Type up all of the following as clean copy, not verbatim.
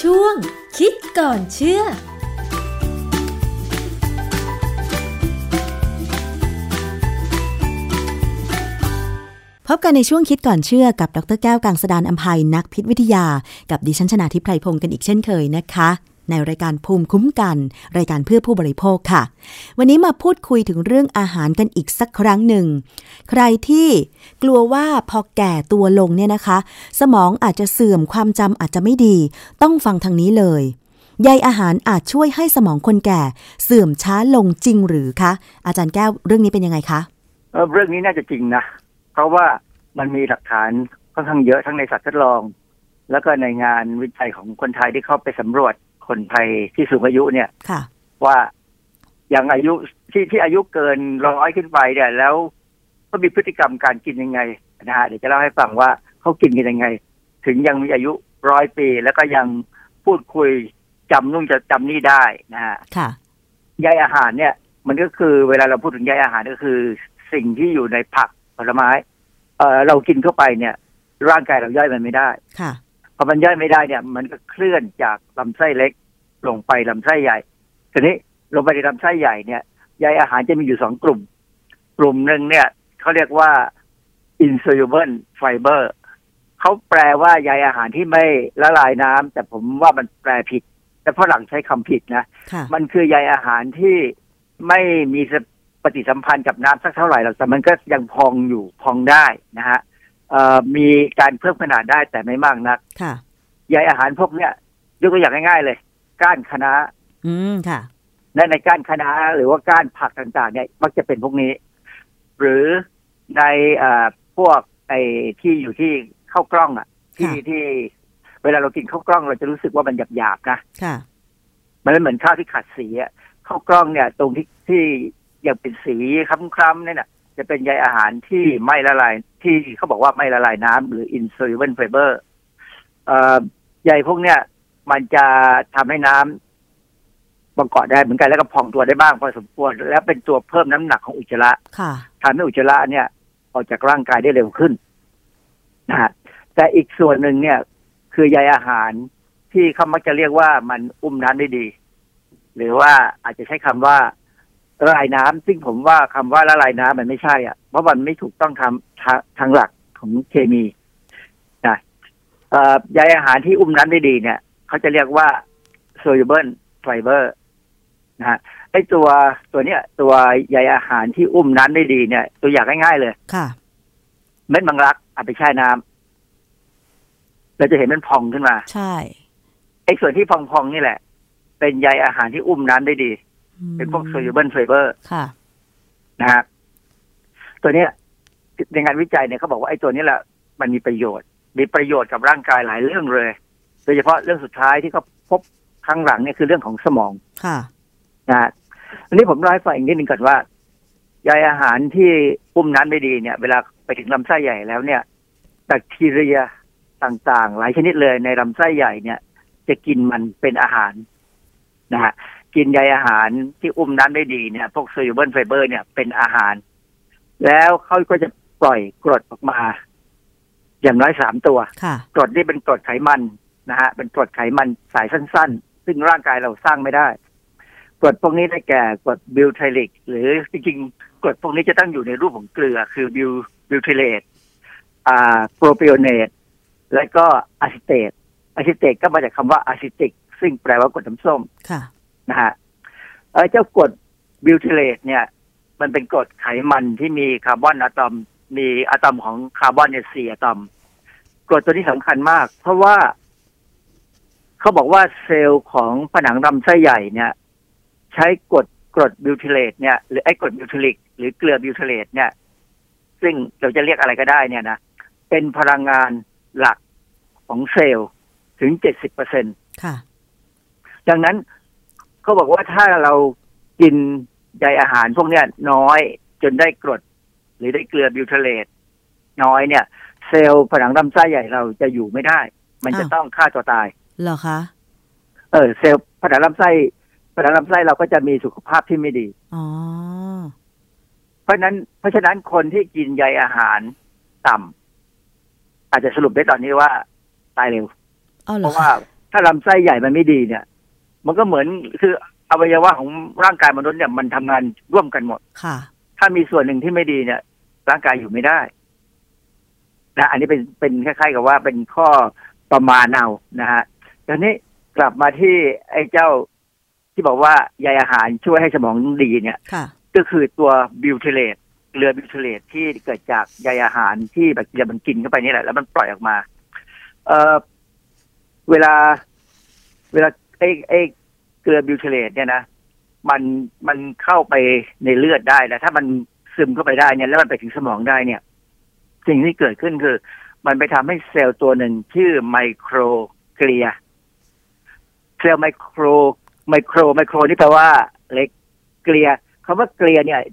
ช่วงคิดก่อนเชื่อพบกันในช่วงคิดก่อนเชื่อกับดร.แก้วกังสดาลอำไพนักพิษวิทยากับดิฉันชนาธิป ไพรพงศ์กันอีกเช่นเคยนะคะในรายการภูมิคุ้มกันรายการเพื่อผู้บริโภคค่ะวันนี้มาพูดคุยถึงเรื่องอาหารกันอีกสักครั้งหนึ่งใครที่กลัวว่าพอแก่ตัวลงเนี่ยนะคะสมองอาจจะเสื่อมความจำอาจจะไม่ดีต้องฟังทางนี้เลยใยอาหารอาจช่วยให้สมองคนแก่เสื่อมช้าลงจริงหรือคะอาจารย์แก้วเรื่องนี้เป็นยังไงคะเรื่องนี้น่าจะจริงนะเพราะว่ามันมีหลักฐานค่อนข้างเยอะทั้งในสัตว์ทดลองแล้วก็ในงานวิจัยของคนไทยที่เข้าไปสำรวจคนไทยที่สูงอายุเนี่ยว่าอย่างอายุที่อายุเกิน100ขึ้นไปเนี่ยแล้วก็มีพฤติกรรมการกินยังไงนะฮะเดี๋ยวจะเล่าให้ฟังว่าเขากินกันยังไงถึงยังมีอายุ100 ปีแล้วก็ยังพูดคุยจำนู่นจะจำนี่ได้นะฮะใยอาหารเนี่ยมันก็คือเวลาเราพูดถึงใยอาหารก็คือสิ่งที่อยู่ในผักผลไม้เรากินเข้าไปเนี่ยร่างกายเราย่อยมันไม่ได้พอมันย่อยไม่ได้เนี่ยมันก็เคลื่อนจากลำไส้เล็กลงไปลำไส้ใหญ่ทีนี้ลงไปในลำไส้ใหญ่เนี่ยใยอาหารจะมีอยู่2 กลุ่มกลุ่มหนึ่งเนี่ยเขาเรียกว่า insoluble fiber เขาแปลว่าใยอาหารที่ไม่ละลายน้ำแต่ผมว่ามันแปลผิดแต่ฝรั่งใช้คำผิดนะมันคือใยอาหารที่ไม่มีปฏิสัมพันธ์กับน้ำสักเท่าไหร่หรอกแต่มันก็ยังพองอยู่พองได้นะฮะมีการเพิ่มขนาดได้แต่ไม่มากนักใยอาหารพวกเนี้ยยกตัวอย่างง่ายๆเลยก้านคะน้าค่ะในก้านคะน้าหรือว่าก้านผักต่างๆเนี่ยมักจะเป็นพวกนี้หรือในพวกที่อยู่ที่ข้าวกล้องอ่ะที่เวลาเรากินข้าวกล้องเราจะรู้สึกว่ามันหยาบๆนะมันเหมือนข้าวที่ขัดสีอ่ะข้าวกล้องเนี่ยตรงที่ยังเป็นสีคล้ำๆเนี่ยนะจะเป็นใยอาหารที่ไม่ละลายที่เขาบอกว่าไม่ละลายน้ำหรือ insoluble fiber ใยพวกเนี้ยมันจะทำให้น้ำบังเกาะได้เหมือนกันแล้วก็พองตัวได้บ้างพอสมควรแล้วเป็นตัวเพิ่มน้ำหนักของอุจจาระทำให้อุจจาระเนี่ยออกจากร่างกายได้เร็วขึ้นนะฮะแต่อีกส่วนหนึ่งเนี่ยคือใยอาหารที่เขามักจะเรียกว่ามันอุ้มน้ำได้ดีหรือว่าอาจจะใช้คำว่าละลายน้ำซึ่งผมว่าคำว่าละลายน้ำมันไม่ใช่อ่ะเพราะมันไม่ถูกต้องทางหลักของเคมีนะใยอาหารที่อุ้มน้ำได้ดีเนี่ยเขาจะเรียกว่า soluble fiber นะฮะไอ้ตัวเนี้ยตัวใยอาหารที่อุ้มน้ำได้ดีเนี่ยตัวอย่างง่ายๆเลยเม็ดมังลักเอาไปแช่น้ำเราจะเห็นมันพองขึ้นมาใช่ไอ้ส่วนที่พองๆนี่แหละเป็นใยอาหารที่อุ้มน้ำได้ดีเป็นพวก soluble fiber นะฮะตัวเนี้ยในงานวิจัยเนี่ยเขาบอกว่าไอ้ตัวนี้แหละมันมีประโยชน์กับร่างกายหลายเรื่องเลยโดยเฉพาะเรื่องสุดท้ายที่เขาพบครั้งหลังเนี่ยคือเรื่องของสมองนะฮะอันนี้ผมเล่าให้ฟังอีกนิดนึงก่อนว่าใยอาหารที่อุ้มน้ำได้ดีเนี่ยเวลาไปถึงลำไส้ใหญ่แล้วเนี่ยแบคทีเรียต่างๆหลายชนิดเลยในลำไส้ใหญ่เนี่ยจะกินมันเป็นอาหารนะฮะกินใยอาหารที่อุ้มน้ำได้ดีเนี่ยพวก soluble fiber เนี่ยเป็นอาหารแล้วเขาก็จะปล่อยกรดออกมาอย่างน้อย3 ตัวกรดนี่เป็นกรดไขมันนะฮะเป็นกรดไขมันสายสั้นๆซึ่งร่างกายเราสร้างไม่ได้กรดพวกนี้ได้แก่กรดบิวไทริกหรือจริงๆกรดพวกนี้จะตั้งอยู่ในรูปของเกลือคือบิวไทเลตโปรปิโอเนตและก็อะซิเตตก็มาจากคำว่าอะซิติกซึ่งแปลว่ากรดน้ำส้มนะฮะเจ้ากรดบิวไทเลตเนี่ยมันเป็นกรดไขมันที่มีคาร์บอนอะตอมมีอะตอมของคาร์บอนเนี่ย4 อะตอมกรดตัวนี้สำคัญมากเพราะว่าเขาบอกว่าเซลล์ของผนังลำไส้ใหญ่เนี่ยใช้กรดบิวทิเลตเนี่ยหรือไอ้กรดบิวทิลิกหรือเกลือบิวทิเลตเนี่ยซึ่งเราจะเรียกอะไรก็ได้เนี่ยนะเป็นพลังงานหลักของเซลล์ถึง 70% ค่ะดังนั้นเขาบอกว่าถ้าเรากินใยอาหารพวกเนี้ยน้อยจนได้กรดหรือได้เกลือบิวทิเลตน้อยเนี่ยเซลล์ผนังลำไส้ใหญ่เราจะอยู่ไม่ได้มันจะต้องฆ่าตัวตายเหรอคะเซลล์ผนังลำไส้เราก็จะมีสุขภาพที่ไม่ดีเพราะฉะนั้นคนที่กินใยอาหารต่ำอาจจะสรุปได้ตอนนี้ว่าตายเร็วเพราะว่าถ้าลำไส้ใหญ่มันไม่ดีเนี่ย มันก็เหมือนคืออวัยวะของร่างกายมนุษย์เนี่ยมันทำงานร่วมกันหมดค่ะถ้ามีส่วนหนึ่งที่ไม่ดีเนี่ยร่างกายอยู่ไม่ได้นะอันนี้เป็นคล้ายๆกับว่าเป็นข้อประมาณเอานะฮะตอนนี้กลับมาที่ไอ้เจ้าที่บอกว่าใยอาหารช่วยให้สมองดีเนี่ยก็คือตัวบิวเทเลตเกลือบิวเทเลตที่เกิดจากใยอาหารที่แบคทีเรียมันกินเข้าไปนี่แหละแล้วมันปล่อยออกมาเวลาไอ้เกลือบิวเทเลตเนี่ยนะมันเข้าไปในเลือดได้แล้วถ้ามันซึมเข้าไปได้เนี่ยแล้วมันไปถึงสมองได้เนี่ยสิ่งที่เกิดขึ้นคือมันไปทำให้เซลล์ตัวหนึ่งชื่อไมโครเกลียเซลล์ไมโครนี่แปลว่าเล็กเกลียคำว่าเกลียเนี่ย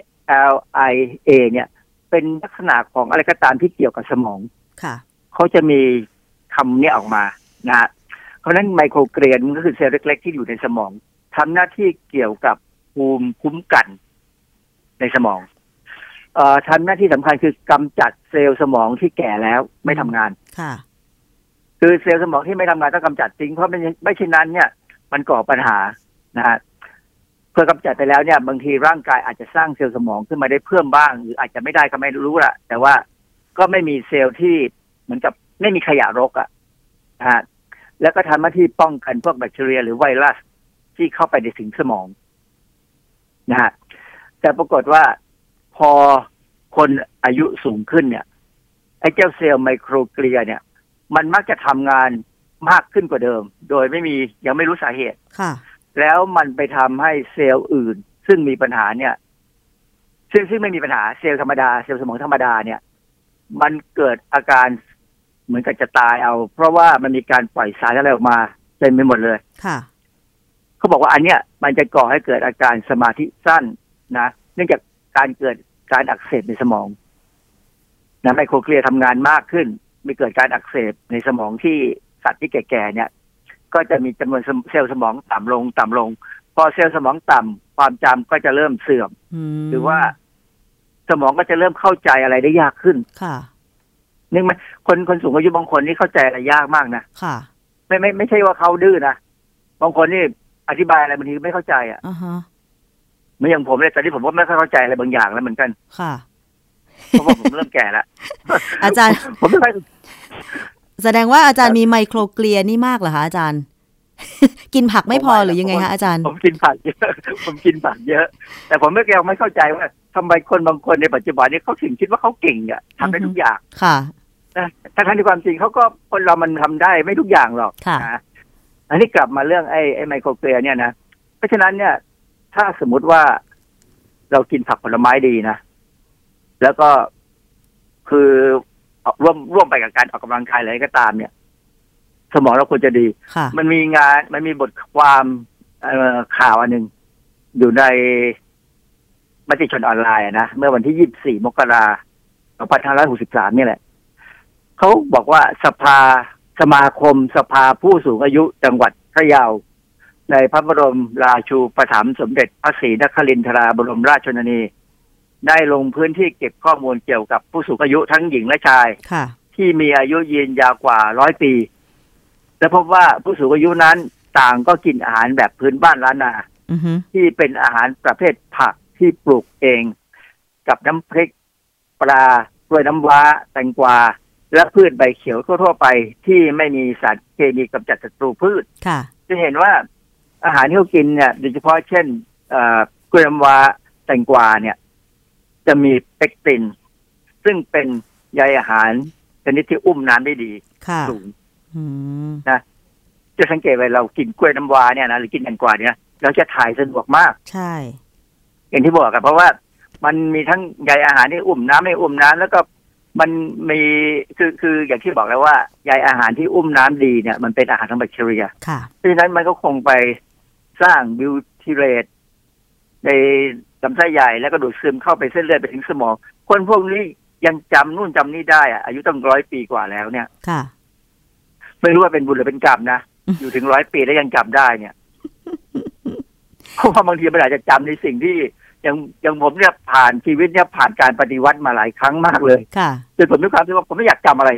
GLIA เนี่ยเป็นลักษณะของอะไรก็ตามที่เกี่ยวกับสมองค่ะเขาจะมีคำนี้ออกมานะเพราะฉะนั้นไมโครเกลียมันก็คือเซลล์เล็กๆที่อยู่ในสมองทำหน้าที่เกี่ยวกับภูมิคุ้มกันในสมองทำหน้าที่สำคัญคือกำจัดเซลล์สมองที่แก่แล้วไม่ทำงานค่ะคือเซลล์สมองที่ไม่ทำงานต้องกำจัดทิ้งเพราะไม่เช่นนั้นเนี่ยมันก่อปัญหานะฮะเพื่อกำจัดไปแล้วเนี่ยบางทีร่างกายอาจจะสร้างเซลล์สมองขึ้นมาได้เพิ่มบ้างหรืออาจจะไม่ได้ก็ไม่รู้ละแต่ว่าก็ไม่มีเซลล์ที่เหมือนกับไม่มีขยะรกอ่ะนะฮะแล้วก็ทำหน้าที่ป้องกันพวกแบคทีเรียหรือไวรัสที่เข้าไปในถึงสมองนะฮะแต่ปรากฏว่าพอคนอายุสูงขึ้นเนี่ยไอ้เจ้าเซลล์ไมโครเกลียเนี่ยมันมักจะทำงานมากขึ้นกว่าเดิมโดยยังไม่รู้สาเหตุแล้วมันไปทำให้เซลล์อื่นซึ่งมีปัญหาเนี่ยซึ่งไม่มีปัญหาเซลล์ธรรมดาเซลล์สมองธรรมดาเนี่ยมันเกิดอาการเหมือนกับจะตายเอาเพราะว่ามันมีการปล่อยสารอะไรออกมาเต็มไปหมดเลยเขาบอกว่าอันเนี้ยมันจะก่อให้เกิดอาการสมาธิสั้นนะเนื่องจากการเกิดการอักเสบในสมองนะไมโครเกลียทำงานมากขึ้นมีเกิดการอักเสบในสมองที่สัตว์ที่แก่ๆเนี่ยก็จะมีจำนวนเซลล์สมองต่ำลงพอเซลล์สมองต่ำความจำก็จะเริ่มเสื่อมหรือว่าสมองก็จะเริ่มเข้าใจอะไรได้ยากขึ้นค่ะนึกไหมคนสูงอายุบางคนนี่เข้าใจอะไรยากมากนะค่ะไม่ใช่ว่าเขาดื้อนะบางคนนี่อธิบายอะไรบางทีไม่เข้าใจอ่ะเหมือนอย่างผมเนี่ยตอนนี้ผมก็ไม่เข้าใจอะไรบางอย่างแล้วเหมือนกันค่ะเพราะว่าผมเริ่มแก่แล้วอาจารย์ผมไม่ค่อยแสดงว่าอาจารย์มีไมโครเกลียนี่มากเหรอคะอาจารย์กินผักไม่พอหรือยังไงคะอาจารย์ผมกินผักเยอะแต่ผมไม่เข้าใจว่าทำไมคนบางคนในปัจจุบันนี้เขาถึงคิดว่าเขาเก่งอ่ะทำได้ทุกอย่างค่ะทั้งที่ความจริงเขาก็คนเรามันทำได้ไม่ทุกอย่างหรอกนะอันนี้กลับมาเรื่องไอ้ไมโครเกลียเนี่ยนะเพราะฉะนั้นเนี่ยถ้าสมมุติว่าเรากินผักผลไม้ดีนะแล้วก็คือร่วมไปกับการออกกำลังกายอะไรก็ตามเนี่ยสมองเราควรจะดีมันมีบทความข่าวอันหนึ่งอยู่ในมติชนออนไลน์นะเมื่อวันที่24 มกราคม 2563นี่แหละเขาบอกว่าสมาคมสภาผู้สูงอายุจังหวัดพะเยาในพระบรมราชูปถัมภ์สมเด็จพระศรีนครินทราบรมราชชนนีได้ลงพื้นที่เก็บข้อมูลเกี่ยวกับผู้สูงอายุทั้งหญิงและชายที่มีอายุยืนยาวกว่า100 ปีและพบว่าผู้สูงอายุนั้นต่างก็กินอาหารแบบพื้นบ้านล้านนาที่เป็นอาหารประเภทผักที่ปลูกเองกับน้ำพริกปลากล้วยน้ำว้าแตงกวาและพืชใบเขียวทั่วไปที่ไม่มีสารเคมีกำจัดศัตรูพืชจะเห็นว่าอาหารที่เขากินเนี่ยโดยเฉพาะเช่นกล้วยน้ำว้าแตงกวาเนี่ยจะมีเปกตินซึ่งเป็นใยอาหารชนิดที่อุ้มน้ำได้ดีสูงนะจะสังเกตว่าเรากินกล้วยน้ำว้าเนี่ยนะหรือกินแตงกวาเนี่ยเราจะถ่ายสะดวกมากใช่อย่างที่บอกกันเพราะว่ามันมีทั้งใยอาหารที่อุ้มน้ำไม่อุ้มน้ำแล้วก็มันมีคืออย่างที่บอกแล้วว่าใยอาหารที่อุ้มน้ำดีเนี่ยมันเป็นอาหารทางแบคทีเรียเพราะฉะนั้นมันก็คงไปสร้างบิวทีเรตในลำไส้ใหญ่แล้วก็ดูดซึมเข้าไปเส้นเลือดไปถึงสมองคนพวกนี้ยังจำนู่นจำนี่ได้อายุตั้ง100 ปีกว่าแล้วเนี่ยไม่รู้ว่าเป็นบุญหรือเป็นกรรมนะอยู่ถึง100 ปีแล้วยังจำได้เนี่ยเพราะว่าบางทีมันอาจจะจำในสิ่งที่อย่างผมเนี่ยผ่านชีวิตเนี่ยผ่านการปฏิวัติมาหลายครั้งมากเลยจนผมมีความรู้สึกว่าผมไม่อยากจำอะไรเลย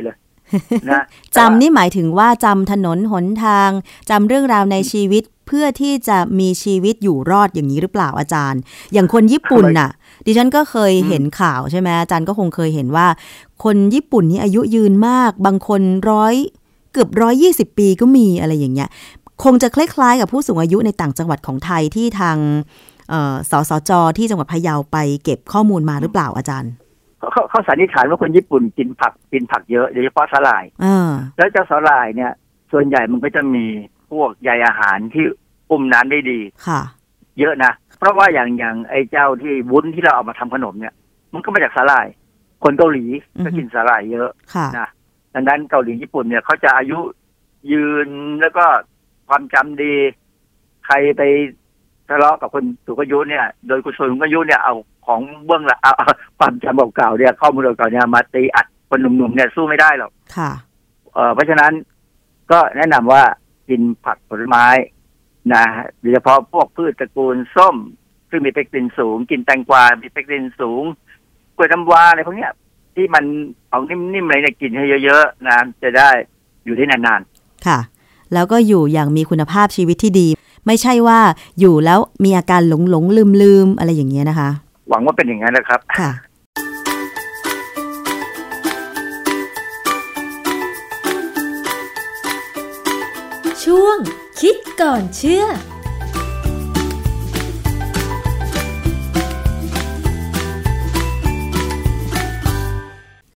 นะจำนี่หมายถึงว่าจำถนนหนทางจำเรื่องราวในชีวิตเพื่อที่จะมีชีวิตอยู่รอดอย่างนี้หรือเปล่าอาจารย์อย่างคนญี่ปุ่นน่ะดิฉันก็เคยเห็นข่าวใช่ไหมอาจารย์ก็คงเคยเห็นว่าคนญี่ปุ่นนี่อายุยืนมากบางคนเกือบ120 ปีก็มีอะไรอย่างเงี้ยคงจะคล้ายๆกับผู้สูงอายุในต่างจังหวัดของไทยที่ทางสสจ.ที่จังหวัดพะเยาไปเก็บข้อมูลมาหรือเปล่าอาจารย์เขาสันนิษฐานว่าคนญี่ปุ่นกินผักเยอะโดยเฉพาะสาหร่ายแล้วเจ้าสาหร่ายเนี่ยส่วนใหญ่มันก็จะมีพวกใยอาหารที่อุ้มน้ำได้ดีค่ะเยอะนะเพราะว่าอย่างไอ้เจ้าที่วุ้นที่เราเอามาทำขนมเนี่ยมันก็มาจากสาหร่ายคนเกาหลีก็กินสาหร่ายเยอะนะดังนั้นเกาหลีญี่ปุ่นเนี่ยเขาจะอายุยืนแล้วก็ความจำดีใครไปทะเลาะกับคนสูงอายุเนี่ยโดยคนสูงอายุเนี่ยเอาของเบื้องหลังเอาความจำเก่าๆเนี่ยข้อมูลเก่าๆเนี่ยมาตีอัดคนหนุ่มๆเนี่ยสู้ไม่ได้หรอกค่ะเพราะฉะนั้นก็แนะนำว่ากินผักผลไม้นะโดยเฉพาะพวกพืชตระกูลส้มซึ่งมีเปกตินสูงกินแตงกวามีเปกตินสูงกล้วยน้ำว้าอะไรพวกเนี้ยที่มันของนิ่มๆอะไรเนี่ยกินให้เยอะๆนะจะได้อยู่ได้นานๆค่ะแล้วก็อยู่อย่างมีคุณภาพชีวิตที่ดีไม่ใช่ว่าอยู่แล้วมีอาการหลงลืมอะไรอย่างเงี้ยนะคะหวังว่าเป็นอย่างนั้นนะครับค่ะช่วงคิดก่อนเชื่อ